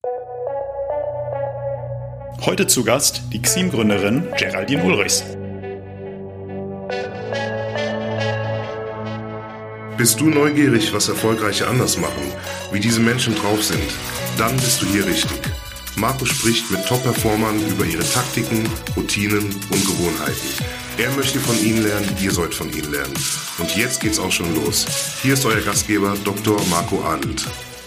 Heute zu Gast die Xim-Gründerin Geraldine Ulrichs. Bist du neugierig, was Erfolgreiche anders machen, wie diese Menschen drauf sind? Dann bist du hier richtig. Marco spricht mit Top-Performern über ihre Taktiken, Routinen und Gewohnheiten. Er möchte von ihnen lernen, ihr sollt von ihnen lernen. Und jetzt geht's auch schon los. Hier ist euer Gastgeber Dr. Marco Adelt.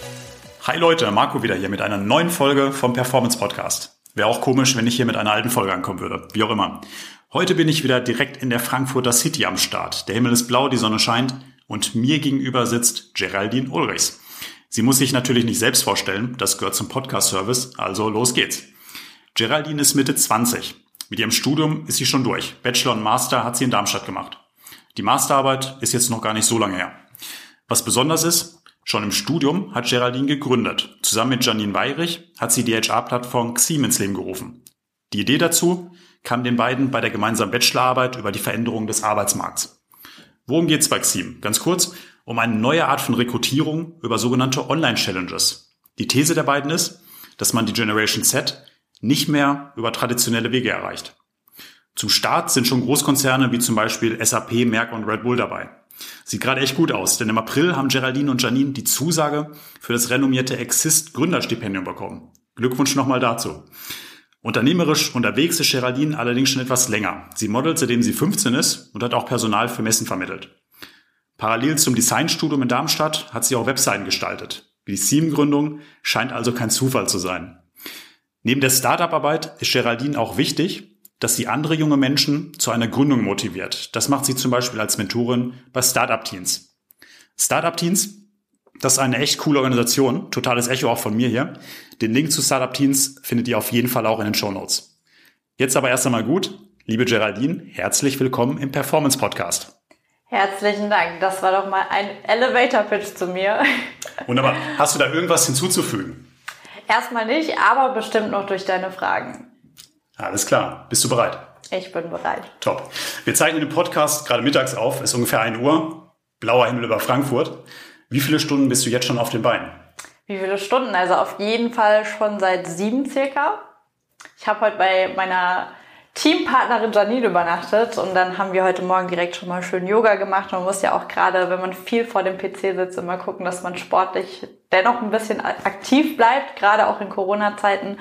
Hi Leute, Marco wieder hier mit einer neuen Folge vom Performance Podcast. Wäre auch komisch, wenn ich hier mit einer alten Folge ankommen würde. Wie auch immer. Heute bin ich wieder direkt in der Frankfurter City am Start. Der Himmel ist blau, die Sonne scheint und mir gegenüber sitzt Geraldine Ulrichs. Sie muss sich natürlich nicht selbst vorstellen, das gehört zum Podcast-Service, also los geht's. Geraldine ist Mitte 20. Mit ihrem Studium ist sie schon durch. Bachelor und Master hat sie in Darmstadt gemacht. Die Masterarbeit ist jetzt noch gar nicht so lange her. Was besonders ist, schon im Studium hat Geraldine gegründet. Zusammen mit Janine Weyrich hat sie die HR-Plattform Xim ins Leben gerufen. Die Idee dazu kam den beiden bei der gemeinsamen Bachelorarbeit über die Veränderung des Arbeitsmarkts. Worum geht's bei Xim? Ganz kurz, um eine neue Art von Rekrutierung über sogenannte Online-Challenges. Die These der beiden ist, dass man die Generation Z nicht mehr über traditionelle Wege erreicht. Zum Start sind schon Großkonzerne wie zum Beispiel SAP, Merck und Red Bull dabei. Sieht gerade echt gut aus, denn im April haben Geraldine und Janine die Zusage für das renommierte Exist Gründerstipendium bekommen. Glückwunsch nochmal dazu. Unternehmerisch unterwegs ist Geraldine allerdings schon etwas länger. Sie modelt, seitdem sie 15 ist und hat auch Personal für Messen vermittelt. Parallel zum Designstudium in Darmstadt hat sie auch Webseiten gestaltet. Die Xim-Gründung scheint also kein Zufall zu sein. Neben der Startup-Arbeit ist Geraldine auch wichtig, dass sie andere junge Menschen zu einer Gründung motiviert. Das macht sie zum Beispiel als Mentorin bei Startup-Teens. Startup-Teens, das ist eine echt coole Organisation, totales Echo auch von mir hier. Den Link zu Startup-Teens findet ihr auf jeden Fall auch in den Shownotes. Jetzt aber erst einmal gut. Liebe Geraldine, herzlich willkommen im Performance-Podcast. Herzlichen Dank, das war doch mal ein Elevator-Pitch zu mir. Wunderbar. Hast du da irgendwas hinzuzufügen? Erstmal nicht, aber bestimmt noch durch deine Fragen. Alles klar. Bist du bereit? Ich bin bereit. Top. Wir zeichnen den Podcast gerade mittags auf. Es ist ungefähr 1 Uhr. Blauer Himmel über Frankfurt. Wie viele Stunden bist du jetzt schon auf den Beinen? Wie viele Stunden? Also auf jeden Fall schon seit 7 circa. Ich habe heute bei meiner Teampartnerin Janine übernachtet und dann haben wir heute Morgen direkt schon mal schön Yoga gemacht. Man muss ja auch gerade, wenn man viel vor dem PC sitzt, immer gucken, dass man sportlich dennoch ein bisschen aktiv bleibt, gerade auch in Corona-Zeiten.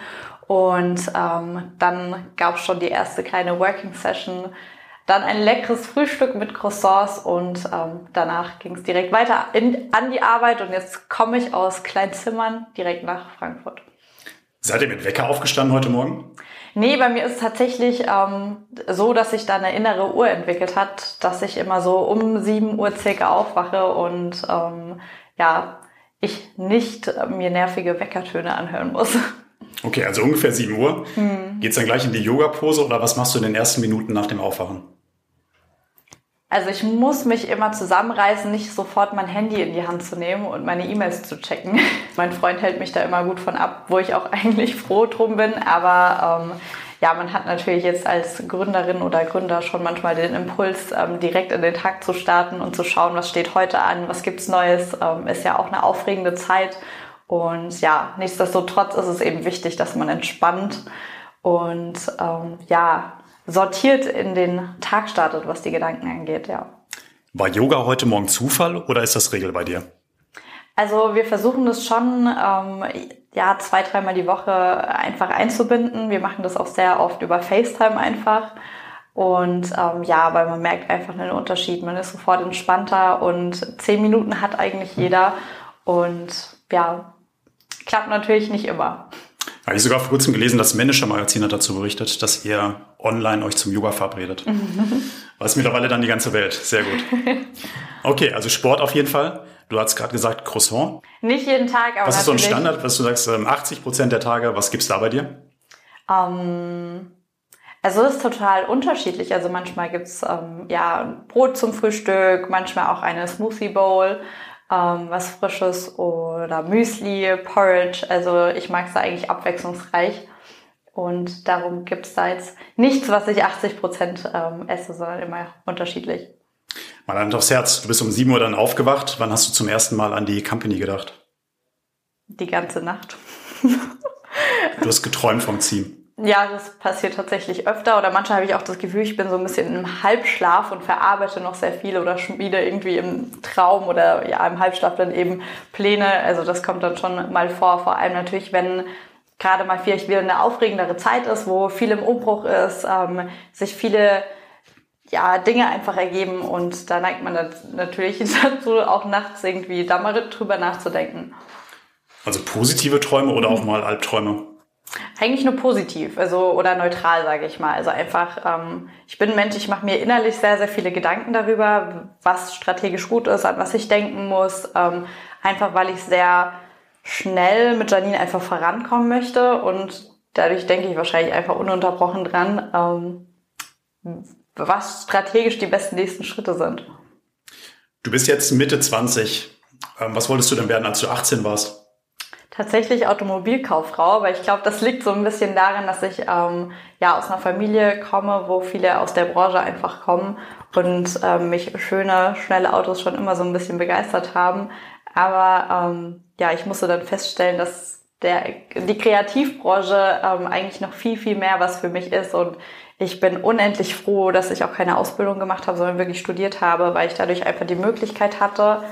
Und dann gab es schon die erste kleine Working-Session, dann ein leckeres Frühstück mit Croissants und danach ging es direkt weiter an die Arbeit und jetzt komme ich aus Kleinzimmern direkt nach Frankfurt. Seid ihr mit Wecker aufgestanden heute Morgen? Nee, bei mir ist es tatsächlich so, dass sich da eine innere Uhr entwickelt hat, dass ich immer so um 7 Uhr circa aufwache und ich nicht mir nervige Weckertöne anhören muss. Okay, also ungefähr 7 Uhr. Geht's dann gleich in die Yoga-Pose oder was machst du in den ersten Minuten nach dem Aufwachen? Also ich muss mich immer zusammenreißen, nicht sofort mein Handy in die Hand zu nehmen und meine E-Mails zu checken. Mein Freund hält mich da immer gut von ab, wo ich auch eigentlich froh drum bin. Aber man hat natürlich jetzt als Gründerin oder Gründer schon manchmal den Impuls, direkt in den Tag zu starten und zu schauen, was steht heute an, was gibt's Neues. Ist ja auch eine aufregende Zeit. Und ja, nichtsdestotrotz ist es eben wichtig, dass man entspannt und sortiert in den Tag startet, was die Gedanken angeht, ja. War Yoga heute Morgen Zufall oder ist das Regel bei dir? Also wir versuchen das schon 2-3 Mal die Woche einfach einzubinden. Wir machen das auch sehr oft über FaceTime einfach. Und weil man merkt einfach einen Unterschied. Man ist sofort entspannter und 10 Minuten hat eigentlich jeder. Und ja, klappt natürlich nicht immer. Habe ich sogar vor kurzem gelesen, das Manager Magazin hat dazu berichtet, dass ihr online euch zum Yoga verabredet. Was mittlerweile dann die ganze Welt. Sehr gut. Okay, also Sport auf jeden Fall. Du hast gerade gesagt Croissant. Nicht jeden Tag, aber was ist so ein natürlich. Standard, was du sagst, 80% der Tage, was gibt's da bei dir? Also es ist total unterschiedlich. Also manchmal gibt's Brot zum Frühstück, manchmal auch eine Smoothie Bowl. Was Frisches oder Müsli, Porridge. Also ich mag es eigentlich abwechslungsreich und darum gibt es da jetzt nichts, was ich 80% esse, sondern immer unterschiedlich. Mal Hand aufs Herz, du bist um 7 Uhr dann aufgewacht. Wann hast du zum ersten Mal an die Company gedacht? Die ganze Nacht. Du hast geträumt vom Team. Ja, das passiert tatsächlich öfter oder manchmal habe ich auch das Gefühl, ich bin so ein bisschen im Halbschlaf und verarbeite noch sehr viel oder schmiede irgendwie im Traum oder ja im Halbschlaf dann eben Pläne. Also das kommt dann schon mal vor allem natürlich, wenn gerade mal vielleicht wieder eine aufregendere Zeit ist, wo viel im Umbruch ist, sich viele Dinge einfach ergeben und da neigt man dann natürlich dazu, auch nachts irgendwie da mal drüber nachzudenken. Also positive Träume oder auch mal Albträume? Eigentlich nur positiv, also oder neutral, sage ich mal. Also einfach, ich bin ein Mensch, ich mache mir innerlich sehr, sehr viele Gedanken darüber, was strategisch gut ist, an was ich denken muss. Einfach, weil ich sehr schnell mit Janine einfach vorankommen möchte und dadurch denke ich wahrscheinlich einfach ununterbrochen dran, was strategisch die besten nächsten Schritte sind. Du bist jetzt Mitte 20. Was wolltest du denn werden, als du 18 warst? Tatsächlich Automobilkauffrau, weil ich glaube, das liegt so ein bisschen daran, dass ich aus einer Familie komme, wo viele aus der Branche einfach kommen und mich schöne, schnelle Autos schon immer so ein bisschen begeistert haben. Aber ich musste dann feststellen, dass die Kreativbranche eigentlich noch viel, viel mehr was für mich ist und ich bin unendlich froh, dass ich auch keine Ausbildung gemacht habe, sondern wirklich studiert habe, weil ich dadurch einfach die Möglichkeit hatte,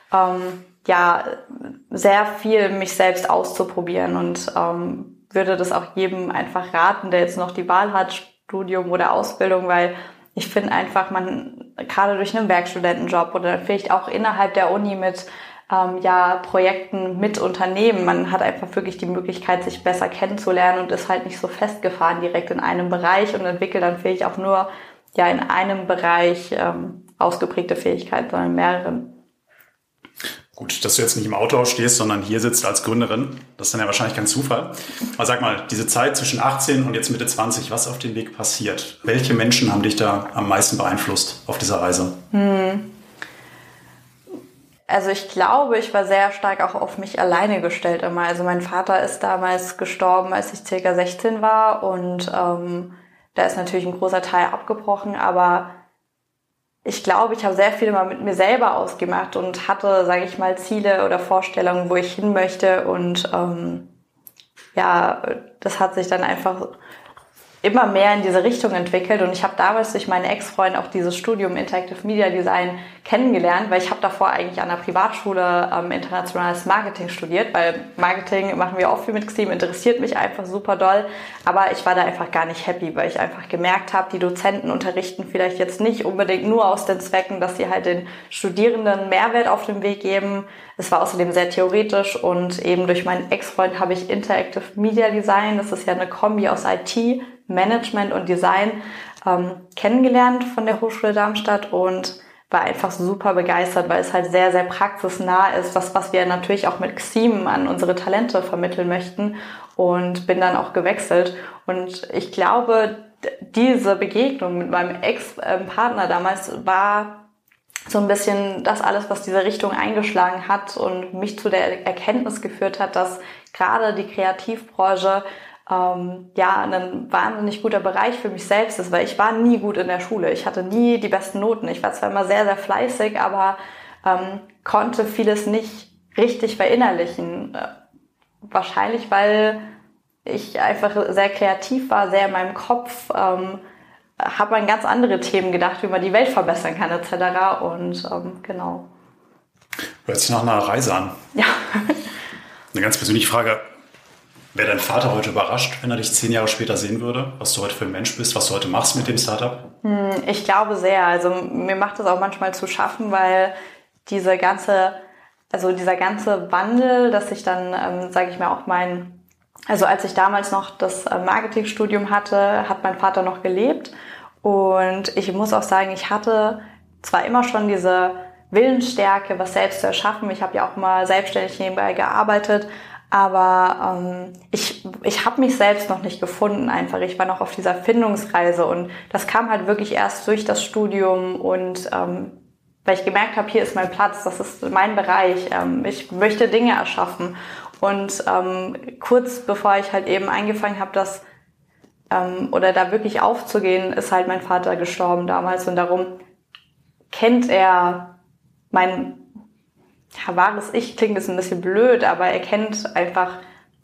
sehr viel mich selbst auszuprobieren und würde das auch jedem einfach raten, der jetzt noch die Wahl hat, Studium oder Ausbildung, weil ich finde einfach, man gerade durch einen Werkstudentenjob oder vielleicht auch innerhalb der Uni mit Projekten mit Unternehmen, man hat einfach wirklich die Möglichkeit, sich besser kennenzulernen und ist halt nicht so festgefahren direkt in einem Bereich und entwickelt dann vielleicht auch nur in einem Bereich ausgeprägte Fähigkeiten, sondern in mehreren. Gut, dass du jetzt nicht im Autohaus stehst, sondern hier sitzt als Gründerin. Das ist dann ja wahrscheinlich kein Zufall. Aber sag mal, diese Zeit zwischen 18 und jetzt Mitte 20, was auf dem Weg passiert? Welche Menschen haben dich da am meisten beeinflusst auf dieser Reise? Also ich glaube, ich war sehr stark auch auf mich alleine gestellt immer. Also mein Vater ist damals gestorben, als ich ca. 16 war und da ist natürlich ein großer Teil abgebrochen, aber ich glaube, ich habe sehr viel mal mit mir selber ausgemacht und hatte, sage ich mal, Ziele oder Vorstellungen, wo ich hin möchte. Und das hat sich dann einfach immer mehr in diese Richtung entwickelt. Und ich habe damals durch meine Ex-Freundin auch dieses Studium Interactive Media Design kennengelernt, weil ich habe davor eigentlich an der Privatschule internationales Marketing studiert, weil Marketing machen wir auch viel mit Xim, interessiert mich einfach super doll. Aber ich war da einfach gar nicht happy, weil ich einfach gemerkt habe, die Dozenten unterrichten vielleicht jetzt nicht unbedingt nur aus den Zwecken, dass sie halt den Studierenden Mehrwert auf den Weg geben. Es war außerdem sehr theoretisch und eben durch meinen Ex-Freund habe ich Interactive Media Design, das ist ja eine Kombi aus IT, Management und Design, kennengelernt von der Hochschule Darmstadt und war einfach super begeistert, weil es halt sehr, sehr praxisnah ist, was wir natürlich auch mit Xim an unsere Talente vermitteln möchten und bin dann auch gewechselt. Und ich glaube, diese Begegnung mit meinem Ex-Partner damals war so ein bisschen das alles, was diese Richtung eingeschlagen hat und mich zu der Erkenntnis geführt hat, dass gerade die Kreativbranche ein wahnsinnig guter Bereich für mich selbst ist, weil ich war nie gut in der Schule. Ich hatte nie die besten Noten. Ich war zwar immer sehr, sehr fleißig, aber konnte vieles nicht richtig verinnerlichen. Wahrscheinlich, weil ich einfach sehr kreativ war, sehr in meinem Kopf, habe an ganz andere Themen gedacht, wie man die Welt verbessern kann etc. Und genau. Hört sich nach einer Reise an. Ja. Eine ganz persönliche Frage. Wäre dein Vater heute überrascht, wenn er dich 10 Jahre später sehen würde, was du heute für ein Mensch bist, was du heute machst mit dem Startup? Ich glaube sehr. Also mir macht das auch manchmal zu schaffen, weil dieser ganze Wandel, dass ich dann, sage ich mal, auch als ich damals noch das Marketingstudium hatte, hat mein Vater noch gelebt. Und ich muss auch sagen, ich hatte zwar immer schon diese Willensstärke, was selbst zu erschaffen. Ich habe ja auch mal selbstständig nebenbei gearbeitet. Aber ich habe mich selbst noch nicht gefunden einfach. Ich war noch auf dieser Findungsreise und das kam halt wirklich erst durch das Studium und weil ich gemerkt habe, hier ist mein Platz, das ist mein Bereich. Ich möchte Dinge erschaffen. Und kurz bevor ich halt eben angefangen habe, da wirklich aufzugehen, ist halt mein Vater gestorben damals und darum kennt er mein wahres Ich, klingt jetzt ein bisschen blöd, aber er kennt einfach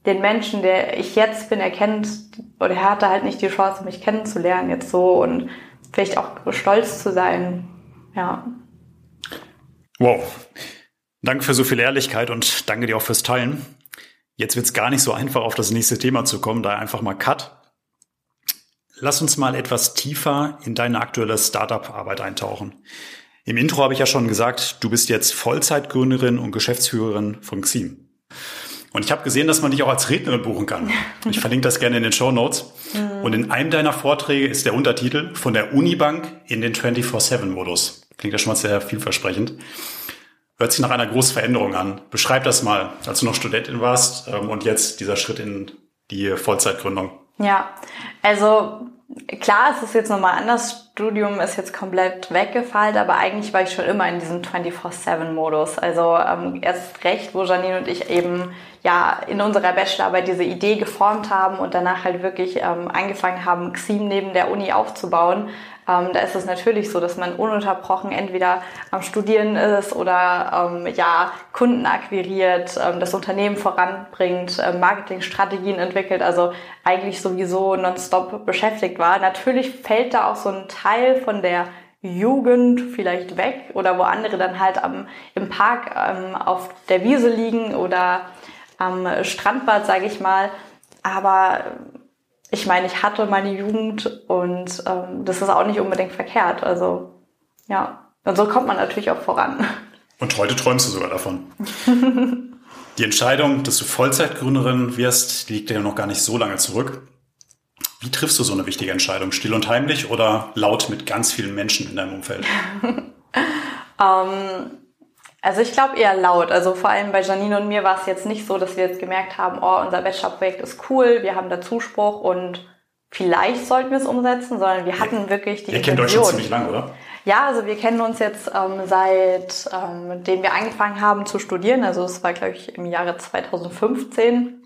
den Menschen, der ich jetzt bin, erkennt, oder er hatte halt nicht die Chance, mich kennenzulernen jetzt so und vielleicht auch stolz zu sein. Ja. Wow. Danke für so viel Ehrlichkeit und danke dir auch fürs Teilen. Jetzt wird's gar nicht so einfach, auf das nächste Thema zu kommen, daher einfach mal Cut. Lass uns mal etwas tiefer in deine aktuelle Startup-Arbeit eintauchen. Im Intro habe ich ja schon gesagt, du bist jetzt Vollzeitgründerin und Geschäftsführerin von Xim. Und ich habe gesehen, dass man dich auch als Rednerin buchen kann. Ich verlinke das gerne in den Shownotes. Und in einem deiner Vorträge ist der Untertitel von der Unibank in den 24/7-Modus. Klingt ja schon mal sehr vielversprechend. Hört sich nach einer großen Veränderung an. Beschreib das mal, als du noch Studentin warst und jetzt dieser Schritt in die Vollzeitgründung. Ja, also klar, es ist jetzt nochmal anders. Studium ist jetzt komplett weggefallen, aber eigentlich war ich schon immer in diesem 24/7-Modus. Also erst recht, wo Janine und ich eben ja in unserer Bachelorarbeit diese Idee geformt haben und danach halt wirklich angefangen haben, Xim neben der Uni aufzubauen. Da ist es natürlich so, dass man ununterbrochen entweder am Studieren ist oder Kunden akquiriert, das Unternehmen voranbringt, Marketingstrategien entwickelt, also eigentlich sowieso nonstop beschäftigt war. Natürlich fällt da auch so ein Teil von der Jugend vielleicht weg oder wo andere dann halt im Park auf der Wiese liegen oder am Strandbad, sage ich mal. Aber ich meine, ich hatte meine Jugend und das ist auch nicht unbedingt verkehrt. Also ja, und so kommt man natürlich auch voran. Und heute träumst du sogar davon. Die Entscheidung, dass du Vollzeitgründerin wirst, die liegt ja noch gar nicht so lange zurück. Wie triffst du so eine wichtige Entscheidung? Still und heimlich oder laut mit ganz vielen Menschen in deinem Umfeld? Also ich glaube eher laut. Also vor allem bei Janine und mir war es jetzt nicht so, dass wir jetzt gemerkt haben, oh, unser Bachelorprojekt ist cool, wir haben da Zuspruch und vielleicht sollten wir es umsetzen, sondern wir hatten wirklich die Intention. Ihr kennt euch schon ziemlich lang, oder? Ja, also wir kennen uns jetzt seitdem wir angefangen haben zu studieren. Also es war, glaube ich, im Jahre 2015.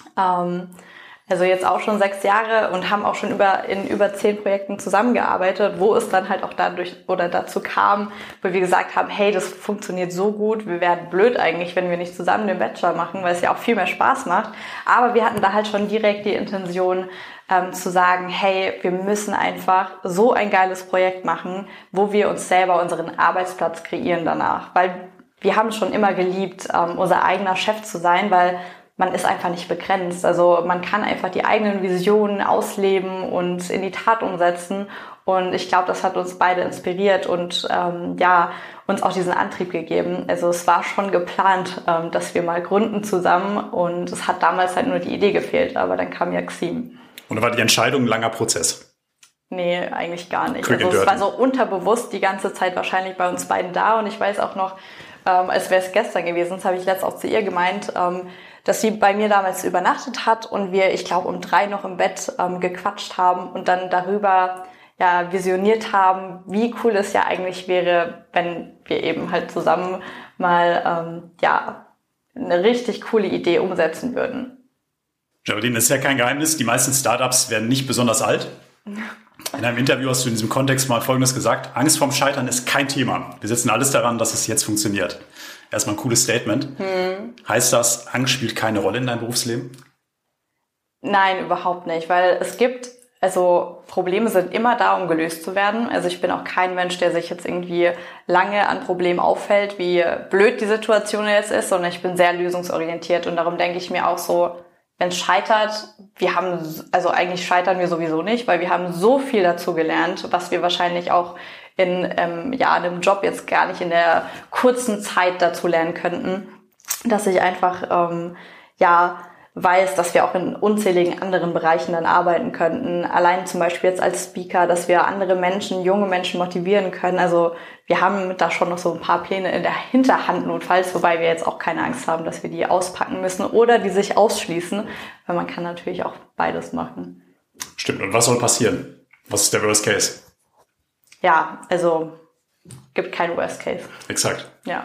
Also jetzt auch schon 6 Jahre und haben auch schon in über 10 Projekten zusammengearbeitet, wo es dann halt auch dazu kam, wo wir gesagt haben, hey, das funktioniert so gut, wir wären blöd eigentlich, wenn wir nicht zusammen den Bachelor machen, weil es ja auch viel mehr Spaß macht. Aber wir hatten da halt schon direkt die Intention zu sagen, hey, wir müssen einfach so ein geiles Projekt machen, wo wir uns selber unseren Arbeitsplatz kreieren danach. Weil wir haben es schon immer geliebt, unser eigener Chef zu sein, weil man ist einfach nicht begrenzt. Also man kann einfach die eigenen Visionen ausleben und in die Tat umsetzen. Und ich glaube, das hat uns beide inspiriert und uns auch diesen Antrieb gegeben. Also es war schon geplant, dass wir mal gründen zusammen. Und es hat damals halt nur die Idee gefehlt. Aber dann kam ja Xim. Und war die Entscheidung ein langer Prozess? Nee, eigentlich gar nicht. Also es war so unterbewusst die ganze Zeit wahrscheinlich bei uns beiden da. Und ich weiß auch noch, als wäre es gestern gewesen, das habe ich letztens auch zu ihr gemeint, dass sie bei mir damals übernachtet hat und wir, ich glaube, um 3 noch im Bett gequatscht haben und dann darüber visioniert haben, wie cool es ja eigentlich wäre, wenn wir eben halt zusammen mal eine richtig coole Idee umsetzen würden. Geraldine, das ist ja kein Geheimnis, die meisten Startups werden nicht besonders alt. In einem Interview hast du in diesem Kontext mal Folgendes gesagt: Angst vorm Scheitern ist kein Thema. Wir setzen alles daran, dass es jetzt funktioniert. Erstmal ein cooles Statement. Heißt das, Angst spielt keine Rolle in deinem Berufsleben? Nein, überhaupt nicht, weil Probleme sind immer da, um gelöst zu werden. Also ich bin auch kein Mensch, der sich jetzt irgendwie lange an Problemen auffällt, wie blöd die Situation jetzt ist, sondern ich bin sehr lösungsorientiert und darum denke ich mir auch so, wenn es scheitert, eigentlich scheitern wir sowieso nicht, weil wir haben so viel dazu gelernt, was wir wahrscheinlich auch in einem Job jetzt gar nicht in der kurzen Zeit dazu lernen könnten, dass ich einfach weiß, dass wir auch in unzähligen anderen Bereichen dann arbeiten könnten. Allein zum Beispiel jetzt als Speaker, dass wir andere Menschen, junge Menschen motivieren können. Also wir haben da schon noch so ein paar Pläne in der Hinterhand notfalls, wobei wir jetzt auch keine Angst haben, dass wir die auspacken müssen oder die sich ausschließen, weil man kann natürlich auch beides machen. Stimmt. Und was soll passieren? Was ist der Worst Case? Ja, also gibt keinen Worst Case. Exakt. Ja.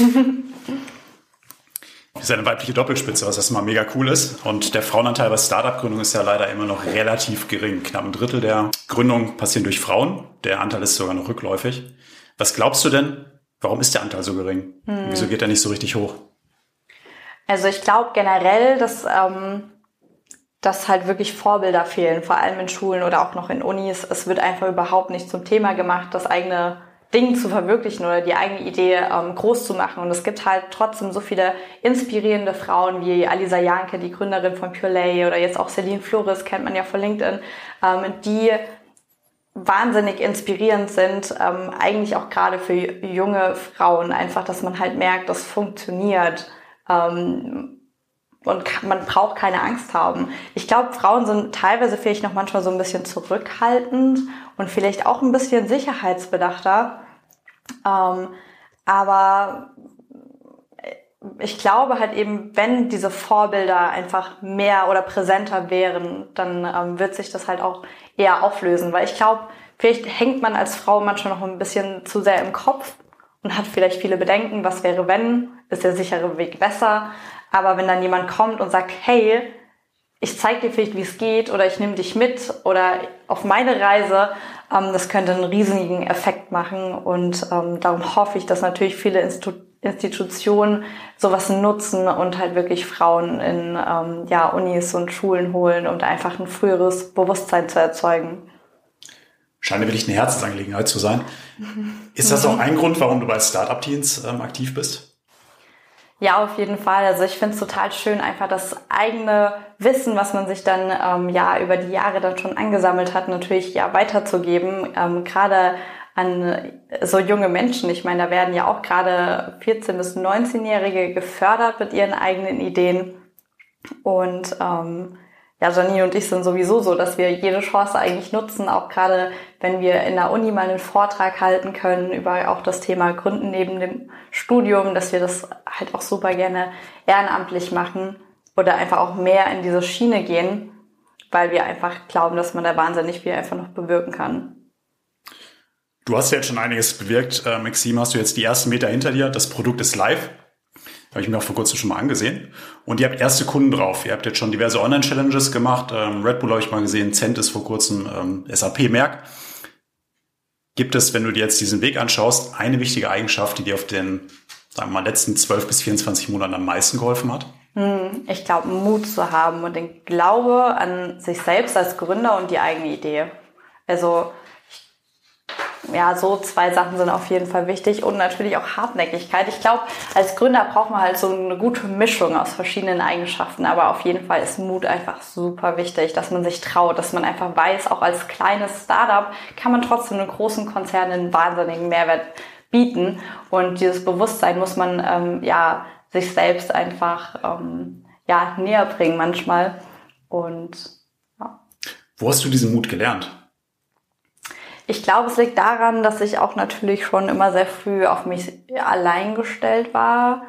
Das ist eine weibliche Doppelspitze, was erstmal mega cool ist. Und der Frauenanteil bei Startup-Gründung ist ja leider immer noch relativ gering. Knapp 1/3 der Gründungen passieren durch Frauen. Der Anteil ist sogar noch rückläufig. Was glaubst du denn, warum ist der Anteil so gering? Wieso geht er nicht so richtig hoch? Also ich glaube generell, dass halt wirklich Vorbilder fehlen, vor allem in Schulen oder auch noch in Unis. Es wird einfach überhaupt nicht zum Thema gemacht, das eigene Ding zu verwirklichen oder die eigene Idee groß zu machen. Und es gibt halt trotzdem so viele inspirierende Frauen wie Alisa Janke, die Gründerin von Pure Lay, oder jetzt auch Celine Flores, kennt man ja von LinkedIn, die wahnsinnig inspirierend sind, eigentlich auch gerade für junge Frauen. Einfach, dass man halt merkt, das funktioniert. Und man braucht keine Angst haben. Ich glaube, Frauen sind teilweise vielleicht noch manchmal so ein bisschen zurückhaltend und vielleicht auch ein bisschen sicherheitsbedachter. Aber ich glaube halt eben, wenn diese Vorbilder einfach mehr oder präsenter wären, dann wird sich das halt auch eher auflösen. Weil ich glaube, vielleicht hängt man als Frau manchmal noch ein bisschen zu sehr im Kopf und hat vielleicht viele Bedenken, was wäre wenn, ist der sichere Weg besser. Aber wenn dann jemand kommt und sagt, hey, ich zeige dir vielleicht, wie es geht, oder ich nehme dich mit oder auf meine Reise, das könnte einen riesigen Effekt machen. Und darum hoffe ich, dass natürlich viele Institutionen sowas nutzen und halt wirklich Frauen in Unis und Schulen holen, um da einfach ein früheres Bewusstsein zu erzeugen. Scheint wirklich eine Herzensangelegenheit zu sein. Ist das auch ein Grund, warum du bei Startup-Teens aktiv bist? Ja, auf jeden Fall. Also ich finde es total schön, einfach das eigene Wissen, was man sich dann über die Jahre dann schon angesammelt hat, natürlich weiterzugeben. Gerade an so junge Menschen. Ich meine, da werden ja auch gerade 14- bis 19-Jährige gefördert mit ihren eigenen Ideen. Und Janine und ich sind sowieso so, dass wir jede Chance eigentlich nutzen, auch gerade wenn wir in der Uni mal einen Vortrag halten können über auch das Thema Gründen neben dem Studium, dass wir das halt auch super gerne ehrenamtlich machen oder einfach auch mehr in diese Schiene gehen, weil wir einfach glauben, dass man da wahnsinnig viel einfach noch bewirken kann. Du hast ja jetzt schon einiges bewirkt. Maxime, hast du jetzt die ersten Meter hinter dir. Das Produkt ist live. Habe ich mir auch vor kurzem schon mal angesehen. Und ihr habt erste Kunden drauf. Ihr habt jetzt schon diverse Online-Challenges gemacht. Red Bull habe ich mal gesehen, Cent ist vor kurzem SAP-Merck. Gibt es, wenn du dir jetzt diesen Weg anschaust, eine wichtige Eigenschaft, die dir auf den, sagen wir mal, letzten 12 bis 24 Monaten am meisten geholfen hat? Ich glaube, Mut zu haben und den Glaube an sich selbst als Gründer und die eigene Idee. Also so 2 Sachen sind auf jeden Fall wichtig und natürlich auch Hartnäckigkeit. Ich glaube, als Gründer braucht man halt so eine gute Mischung aus verschiedenen Eigenschaften, aber auf jeden Fall ist Mut einfach super wichtig, dass man sich traut, dass man einfach weiß, auch als kleines Startup kann man trotzdem einem großen Konzern einen wahnsinnigen Mehrwert bieten, und dieses Bewusstsein muss man sich selbst einfach näher bringen manchmal. Und Wo hast du diesen Mut gelernt? Ich glaube, es liegt daran, dass ich auch natürlich schon immer sehr früh auf mich allein gestellt war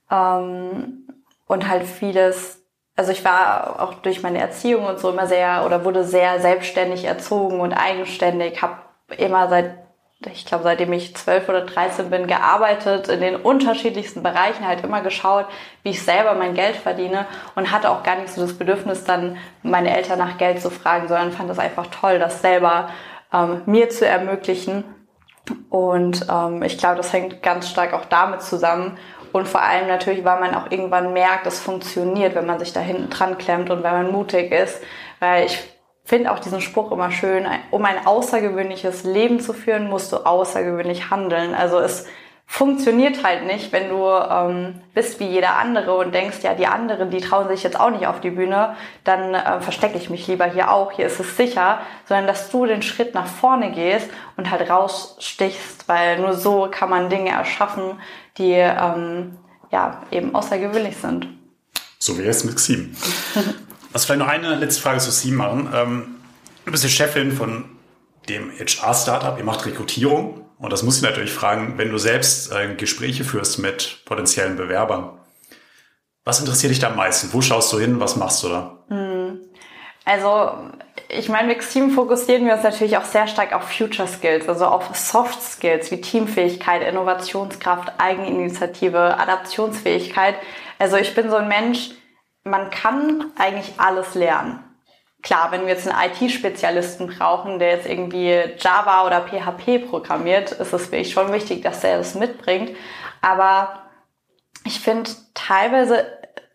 und halt vieles, also ich war auch durch meine Erziehung und so immer wurde sehr selbstständig erzogen und eigenständig, habe immer seitdem ich 12 oder 13 bin, gearbeitet, in den unterschiedlichsten Bereichen, halt immer geschaut, wie ich selber mein Geld verdiene, und hatte auch gar nicht so das Bedürfnis, dann meine Eltern nach Geld zu fragen, sondern fand es einfach toll, das selber mir zu ermöglichen. Und ich glaube, das hängt ganz stark auch damit zusammen. Und vor allem natürlich, weil man auch irgendwann merkt, es funktioniert, wenn man sich da hinten dran klemmt und wenn man mutig ist. Weil ich finde auch diesen Spruch immer schön, um ein außergewöhnliches Leben zu führen, musst du außergewöhnlich handeln. Also es funktioniert halt nicht, wenn du bist wie jeder andere und denkst, ja, die anderen, die trauen sich jetzt auch nicht auf die Bühne, dann verstecke ich mich lieber hier ist es sicher, sondern dass du den Schritt nach vorne gehst und halt rausstichst, weil nur so kann man Dinge erschaffen, die eben außergewöhnlich sind. So wie jetzt mit Maxime. Lass vielleicht noch eine letzte Frage zu Maxime machen. Du bist die Chefin von dem HR-Startup, ihr macht Rekrutierung. Und das musst du natürlich fragen, wenn du selbst Gespräche führst mit potenziellen Bewerbern. Was interessiert dich da am meisten? Wo schaust du hin? Was machst du da? Also, ich meine, mit Maxime fokussieren wir uns natürlich auch sehr stark auf Future Skills, also auf Soft Skills wie Teamfähigkeit, Innovationskraft, Eigeninitiative, Adaptionsfähigkeit. Also ich bin so ein Mensch, man kann eigentlich alles lernen. Klar, wenn wir jetzt einen IT-Spezialisten brauchen, der jetzt irgendwie Java oder PHP programmiert, ist es wirklich schon wichtig, dass der das mitbringt. Aber ich finde, teilweise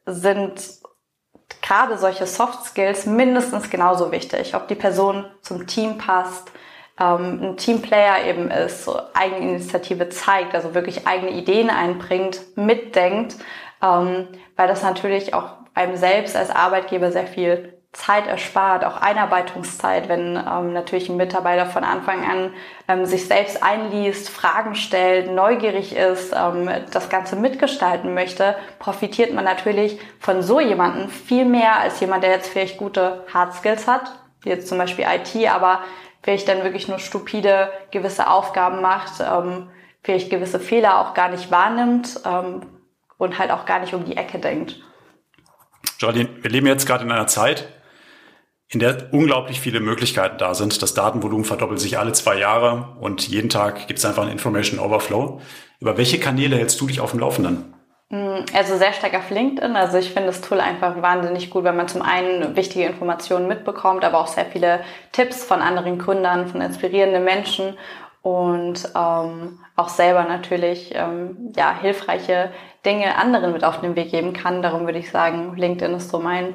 sind gerade solche Soft Skills mindestens genauso wichtig. Ob die Person zum Team passt, ein Teamplayer eben ist, so Eigeninitiative zeigt, also wirklich eigene Ideen einbringt, mitdenkt, weil das natürlich auch einem selbst als Arbeitgeber sehr viel Zeit erspart, auch Einarbeitungszeit, wenn natürlich ein Mitarbeiter von Anfang an sich selbst einliest, Fragen stellt, neugierig ist, das Ganze mitgestalten möchte, profitiert man natürlich von so jemandem viel mehr als jemand, der jetzt vielleicht gute Hard Skills hat, wie jetzt zum Beispiel IT, aber vielleicht dann wirklich nur stupide gewisse Aufgaben macht, vielleicht gewisse Fehler auch gar nicht wahrnimmt und halt auch gar nicht um die Ecke denkt. Geraldine, wir leben jetzt gerade in einer Zeit, in der unglaublich viele Möglichkeiten da sind. Das Datenvolumen verdoppelt sich alle 2 Jahre und jeden Tag gibt es einfach einen Information Overflow. Über welche Kanäle hältst du dich auf dem Laufenden? Also sehr stark auf LinkedIn. Also ich finde das Tool einfach wahnsinnig gut, weil man zum einen wichtige Informationen mitbekommt, aber auch sehr viele Tipps von anderen Gründern, von inspirierenden Menschen und auch selber natürlich hilfreiche Dinge anderen mit auf den Weg geben kann. Darum würde ich sagen, LinkedIn ist so mein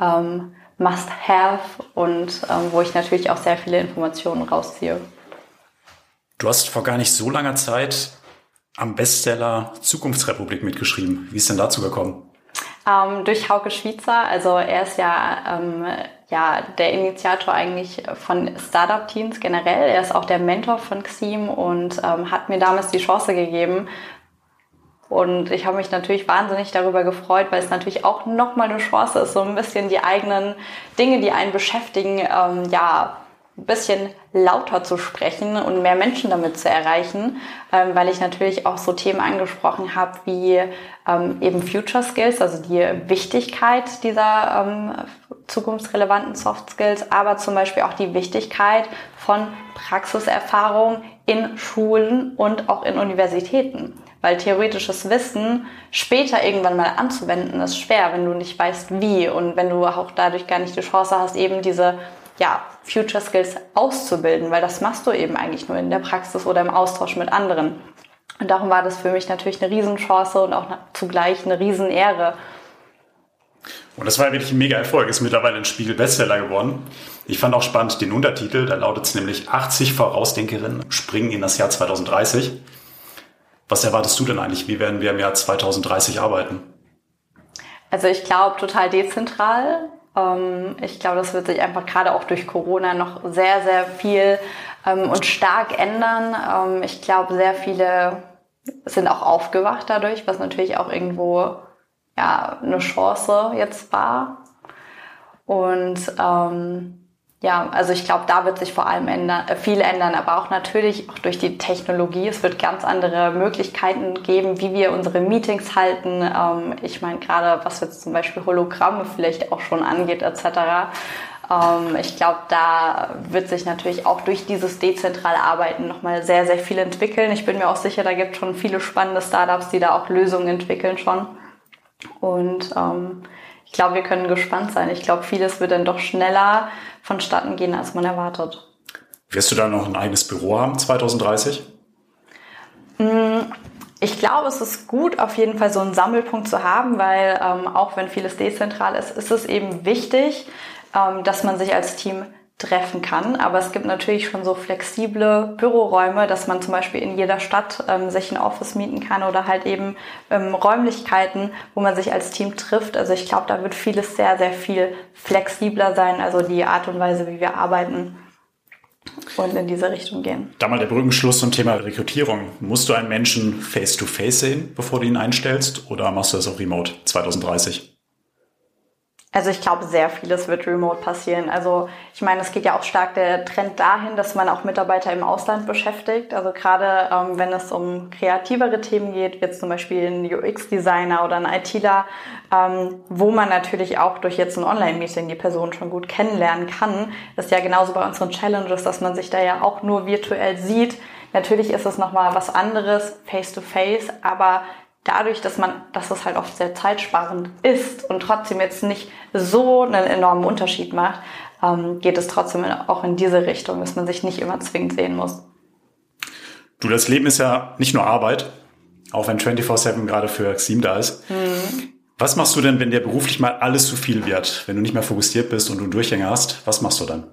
Must-Have und wo ich natürlich auch sehr viele Informationen rausziehe. Du hast vor gar nicht so langer Zeit am Bestseller Zukunftsrepublik mitgeschrieben. Wie ist denn dazu gekommen? Durch Hauke Schwiezer. Also er ist ja der Initiator eigentlich von Startup-Teams generell. Er ist auch der Mentor von Xeam und hat mir damals die Chance gegeben. Und ich habe mich natürlich wahnsinnig darüber gefreut, weil es natürlich auch nochmal eine Chance ist, so ein bisschen die eigenen Dinge, die einen beschäftigen, ein bisschen lauter zu sprechen und mehr Menschen damit zu erreichen, weil ich natürlich auch so Themen angesprochen habe wie eben Future Skills, also die Wichtigkeit dieser zukunftsrelevanten Soft Skills, aber zum Beispiel auch die Wichtigkeit von Praxiserfahrung in Schulen und auch in Universitäten. Weil theoretisches Wissen später irgendwann mal anzuwenden ist schwer, wenn du nicht weißt wie und wenn du auch dadurch gar nicht die Chance hast, eben diese Future Skills auszubilden, weil das machst du eben eigentlich nur in der Praxis oder im Austausch mit anderen. Und darum war das für mich natürlich eine Riesenchance und auch zugleich eine Riesenehre. Und das war ja wirklich ein mega Erfolg, ist mittlerweile ein Spiegel-Bestseller geworden. Ich fand auch spannend den Untertitel, da lautet es nämlich 80 Vorausdenkerinnen springen in das Jahr 2030. Was erwartest du denn eigentlich? Wie werden wir im Jahr 2030 arbeiten? Also ich glaube total dezentral. Ich glaube, das wird sich einfach gerade auch durch Corona noch sehr, sehr viel und stark ändern. Ich glaube, sehr viele sind auch aufgewacht dadurch, was natürlich auch irgendwo eine Chance jetzt war. Und also ich glaube, da wird sich vor allem viel ändern, aber auch natürlich auch durch die Technologie. Es wird ganz andere Möglichkeiten geben, wie wir unsere Meetings halten. Ich meine, gerade was jetzt zum Beispiel Hologramme vielleicht auch schon angeht etc. Ich glaube, da wird sich natürlich auch durch dieses dezentrale Arbeiten nochmal sehr, sehr viel entwickeln. Ich bin mir auch sicher, da gibt es schon viele spannende Startups, die da auch Lösungen entwickeln schon. Und ich glaube, wir können gespannt sein. Ich glaube, vieles wird dann doch schneller vonstatten gehen, als man erwartet. Wirst du da noch ein eigenes Büro haben 2030? Ich glaube, es ist gut, auf jeden Fall so einen Sammelpunkt zu haben, weil auch wenn vieles dezentral ist, ist es eben wichtig, dass man sich als Team treffen kann. Aber es gibt natürlich schon so flexible Büroräume, dass man zum Beispiel in jeder Stadt sich ein Office mieten kann oder halt eben Räumlichkeiten, wo man sich als Team trifft. Also ich glaube, da wird vieles sehr, sehr viel flexibler sein, also die Art und Weise, wie wir arbeiten und in diese Richtung gehen. Da mal der Brückenschluss zum Thema Rekrutierung. Musst du einen Menschen face-to-face sehen, bevor du ihn einstellst, oder machst du das auch remote 2030? Also ich glaube, sehr vieles wird remote passieren. Also ich meine, es geht ja auch stark der Trend dahin, dass man auch Mitarbeiter im Ausland beschäftigt. Also gerade wenn es um kreativere Themen geht, wie jetzt zum Beispiel ein UX-Designer oder ein ITler, wo man natürlich auch durch jetzt ein Online-Meeting die Person schon gut kennenlernen kann. Das ist ja genauso bei unseren Challenges, dass man sich da ja auch nur virtuell sieht. Natürlich ist es nochmal was anderes, face-to-face, aber dadurch, dass es halt oft sehr zeitsparend ist und trotzdem jetzt nicht so einen enormen Unterschied macht, geht es trotzdem auch in diese Richtung, dass man sich nicht immer zwingend sehen muss. Du, das Leben ist ja nicht nur Arbeit, auch wenn 24/7 gerade für Xeam da ist. Was machst du denn, wenn dir beruflich mal alles zu viel wird? Wenn du nicht mehr fokussiert bist und du einen Durchhänger hast, was machst du dann?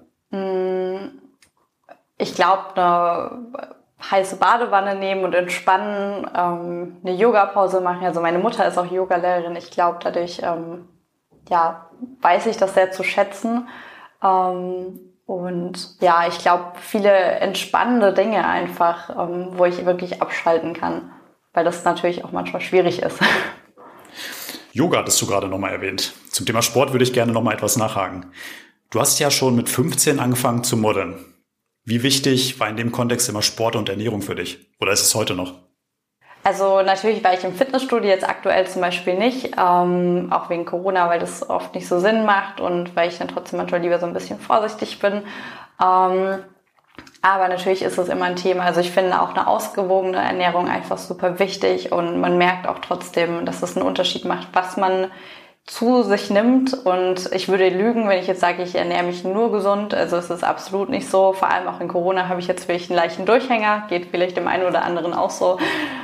Ich glaube, eine heiße Badewanne nehmen und entspannen, eine Yoga-Pause machen. Also meine Mutter ist auch Yogalehrerin. Ich glaube, dadurch weiß ich das sehr zu schätzen. Und ja, ich glaube, viele entspannende Dinge einfach, wo ich wirklich abschalten kann, weil das natürlich auch manchmal schwierig ist. Yoga hattest du gerade nochmal erwähnt. Zum Thema Sport würde ich gerne nochmal etwas nachhaken. Du hast ja schon mit 15 angefangen zu modeln. Wie wichtig war in dem Kontext immer Sport und Ernährung für dich? Oder ist es heute noch? Also natürlich war ich im Fitnessstudio jetzt aktuell zum Beispiel nicht, auch wegen Corona, weil das oft nicht so Sinn macht und weil ich dann trotzdem manchmal lieber so ein bisschen vorsichtig bin. Aber natürlich ist es immer ein Thema. Also ich finde auch eine ausgewogene Ernährung einfach super wichtig und man merkt auch trotzdem, dass es einen Unterschied macht, was man zu sich nimmt. Und ich würde lügen, wenn ich jetzt sage, ich ernähre mich nur gesund. Also es ist absolut nicht so. Vor allem auch in Corona habe ich jetzt wirklich einen leichten Durchhänger. Geht vielleicht dem einen oder anderen auch so.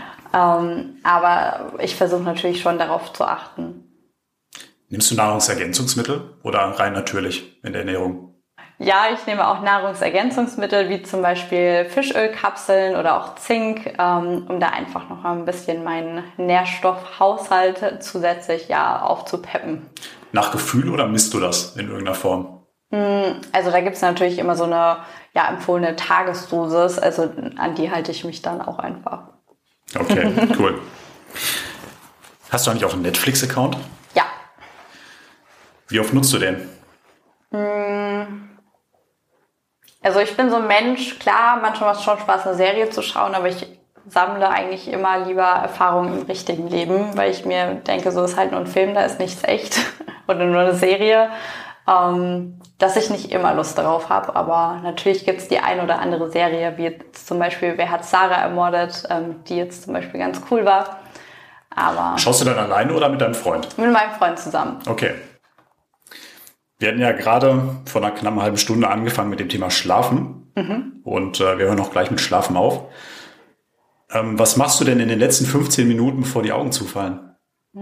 Aber ich versuche natürlich schon darauf zu achten. Nimmst du Nahrungsergänzungsmittel oder rein natürlich in der Ernährung? Ja, ich nehme auch Nahrungsergänzungsmittel wie zum Beispiel Fischölkapseln oder auch Zink, um da einfach noch ein bisschen meinen Nährstoffhaushalt zusätzlich aufzupeppen. Nach Gefühl oder misst du das in irgendeiner Form? Also da gibt's natürlich immer so eine empfohlene Tagesdosis, also an die halte ich mich dann auch einfach. Okay, cool. Hast du eigentlich auch einen Netflix-Account? Ja. Wie oft nutzt du den? Also ich bin so ein Mensch, klar, manchmal macht es schon Spaß, eine Serie zu schauen, aber ich sammle eigentlich immer lieber Erfahrungen im richtigen Leben, weil ich mir denke, so ist halt nur ein Film, da ist nichts echt oder nur eine Serie, dass ich nicht immer Lust darauf habe. Aber natürlich gibt es die ein oder andere Serie, wie jetzt zum Beispiel Wer hat Sarah ermordet, die jetzt zum Beispiel ganz cool war. Aber schaust du dann alleine oder mit deinem Freund? Mit meinem Freund zusammen. Okay. Wir hatten ja gerade vor einer knappen halben Stunde angefangen mit dem Thema Schlafen. Und wir hören auch gleich mit Schlafen auf. Was machst du denn in den letzten 15 Minuten, bevor die Augen zufallen?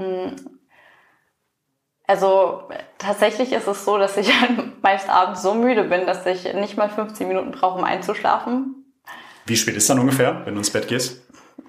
Also tatsächlich ist es so, dass ich meist abends so müde bin, dass ich nicht mal 15 Minuten brauche, um einzuschlafen. Wie spät ist dann ungefähr, wenn du ins Bett gehst?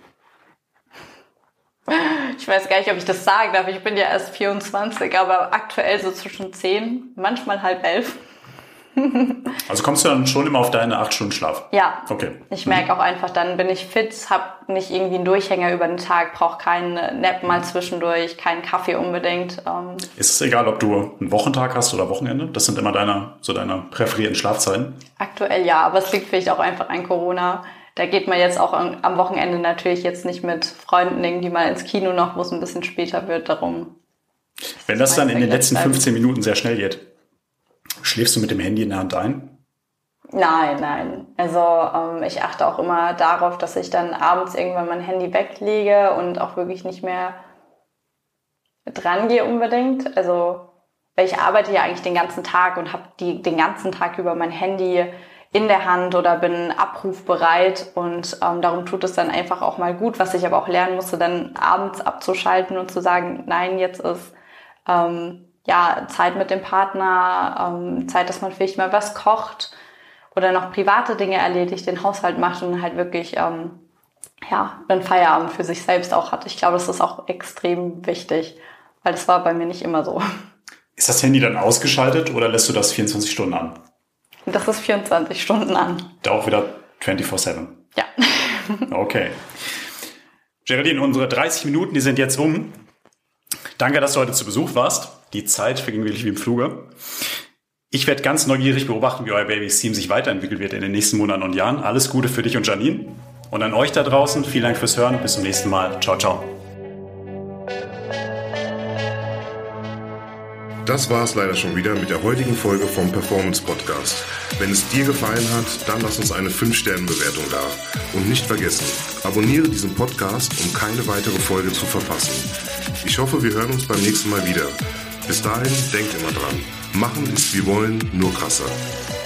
Ich weiß gar nicht, ob ich das sagen darf. Ich bin ja erst 24, aber aktuell so zwischen 10, manchmal 10:30. Also kommst du dann schon immer auf deine 8 Stunden Schlaf? Ja. Okay. Ich merke auch einfach, dann bin ich fit, habe nicht irgendwie einen Durchhänger über den Tag, brauche keinen Nap mal zwischendurch, keinen Kaffee unbedingt. Ist es egal, ob du einen Wochentag hast oder Wochenende? Das sind immer deine präferierten Schlafzeiten? Aktuell ja, aber es liegt vielleicht auch einfach an Corona. Da geht man jetzt auch am Wochenende natürlich jetzt nicht mit Freunden irgendwie mal ins Kino noch, wo es ein bisschen später wird, darum. Wenn das dann in den letzten 15 Minuten sehr schnell geht, schläfst du mit dem Handy in der Hand ein? Nein. Also ich achte auch immer darauf, dass ich dann abends irgendwann mein Handy weglege und auch wirklich nicht mehr dran gehe unbedingt. Also weil ich arbeite ja eigentlich den ganzen Tag und habe den ganzen Tag über mein Handy in der Hand oder bin abrufbereit und darum tut es dann einfach auch mal gut, was ich aber auch lernen musste, dann abends abzuschalten und zu sagen, nein, jetzt ist Zeit mit dem Partner, Zeit, dass man vielleicht mal was kocht oder noch private Dinge erledigt, den Haushalt macht und halt wirklich einen Feierabend für sich selbst auch hat. Ich glaube, das ist auch extrem wichtig, weil das war bei mir nicht immer so. Ist das Handy dann ausgeschaltet oder lässt du das 24 Stunden an? Das ist 24 Stunden an. Da auch wieder 24/7? Ja. Okay. Geraldine, unsere 30 Minuten, die sind jetzt um. Danke, dass du heute zu Besuch warst. Die Zeit verging wirklich wie im Fluge. Ich werde ganz neugierig beobachten, wie euer Babys Team sich weiterentwickelt wird in den nächsten Monaten und Jahren. Alles Gute für dich und Janine. Und an euch da draußen, vielen Dank fürs Hören. Bis zum nächsten Mal. Ciao, ciao. Das war es leider schon wieder mit der heutigen Folge vom Performance Podcast. Wenn es dir gefallen hat, dann lass uns eine 5-Sterne-Bewertung da. Und nicht vergessen, abonniere diesen Podcast, um keine weitere Folge zu verpassen. Ich hoffe, wir hören uns beim nächsten Mal wieder. Bis dahin, denkt immer dran. Machen ist wie wollen, nur krasser.